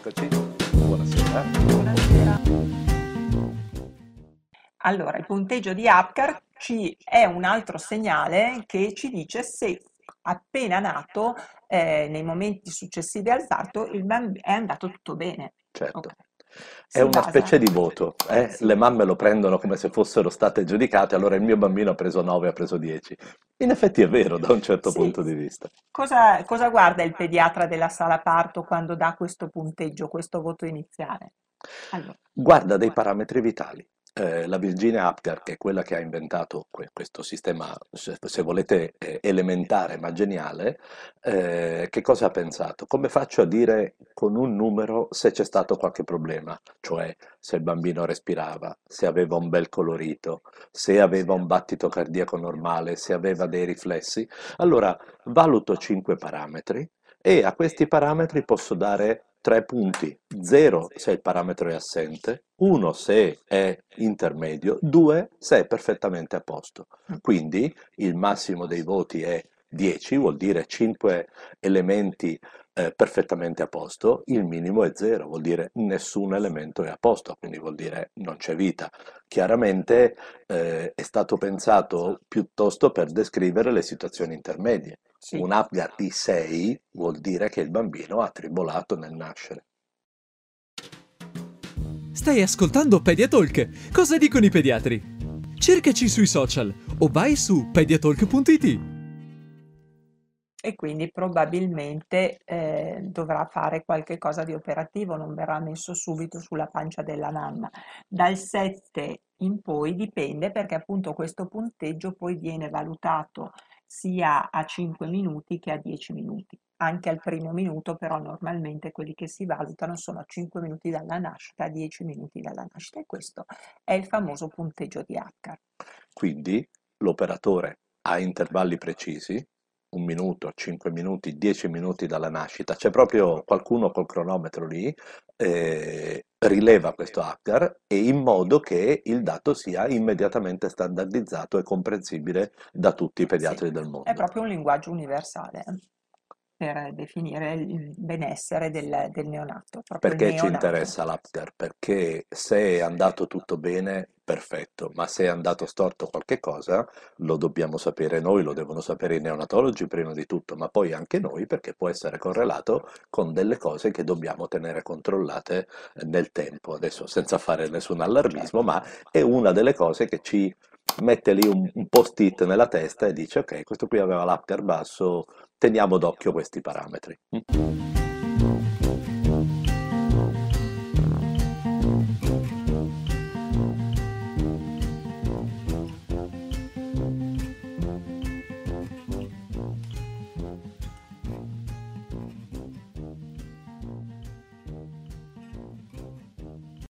Eccoci, buonasera. Buonasera. Allora, il punteggio di Apgar è un altro segnale che ci dice se appena nato, nei momenti successivi al parto, è andato tutto bene. Ok. Certo. È Si una basa. specie di voto, eh? Sì. Le mamme lo prendono come se fossero state giudicate, allora il mio bambino ha preso 9, ha preso 10. In effetti è vero da un certo Sì. punto di vista. Cosa guarda il pediatra della sala parto quando dà questo punteggio, questo voto iniziale? Allora, Guarda dei parametri vitali. La Virginia Apgar, che è quella che ha inventato questo sistema, se volete, elementare ma geniale, che cosa ha pensato? Come faccio a dire con un numero se c'è stato qualche problema? Cioè se il bambino respirava, se aveva un bel colorito, se aveva un battito cardiaco normale, se aveva dei riflessi. Allora valuto 5 parametri e a questi parametri posso dare 3 punti, 0 se il parametro è assente, 1 se è intermedio, 2 se è perfettamente a posto. Quindi il massimo dei voti è 10, vuol dire 5 elementi perfettamente a posto, il minimo è 0, vuol dire nessun elemento è a posto, quindi vuol dire non c'è vita. Chiaramente è stato pensato piuttosto per descrivere le situazioni intermedie. sì. Un Apgar di 6 vuol dire che il bambino ha tribolato nel nascere. Stai ascoltando Pediatalk. Cosa dicono i pediatri? Cercaci sui social o vai su pediatalk.it. E quindi probabilmente dovrà fare qualche cosa di operativo, non verrà messo subito sulla pancia della mamma. Dal 7 in poi dipende perché appunto questo punteggio poi viene valutato sia a 5 minuti che a 10 minuti. Anche al primo minuto, però normalmente quelli che si valutano sono a 5 minuti dalla nascita, a 10 minuti dalla nascita e questo è il famoso punteggio di Apgar. Quindi l'operatore ha intervalli precisi, 1 minuto, 5 minuti, 10 minuti dalla nascita, c'è proprio qualcuno col cronometro lì, rileva questo Apgar e in modo che il dato sia immediatamente standardizzato e comprensibile da tutti i Sì, pediatri del è mondo. proprio un linguaggio universale per definire il benessere del neonato, proprio il Perché ci neonato. interessa l'Apgar? Perché se è andato tutto bene, perfetto, ma se è andato storto qualche cosa, lo dobbiamo sapere noi, lo devono sapere i neonatologi prima di tutto, ma poi anche noi, perché può essere correlato con delle cose che dobbiamo tenere controllate nel tempo. Adesso senza fare nessun allarmismo, Certo. ma è una delle cose che ci mette lì un post-it nella testa e dice, ok, questo qui aveva l'Apgar basso, teniamo d'occhio questi parametri.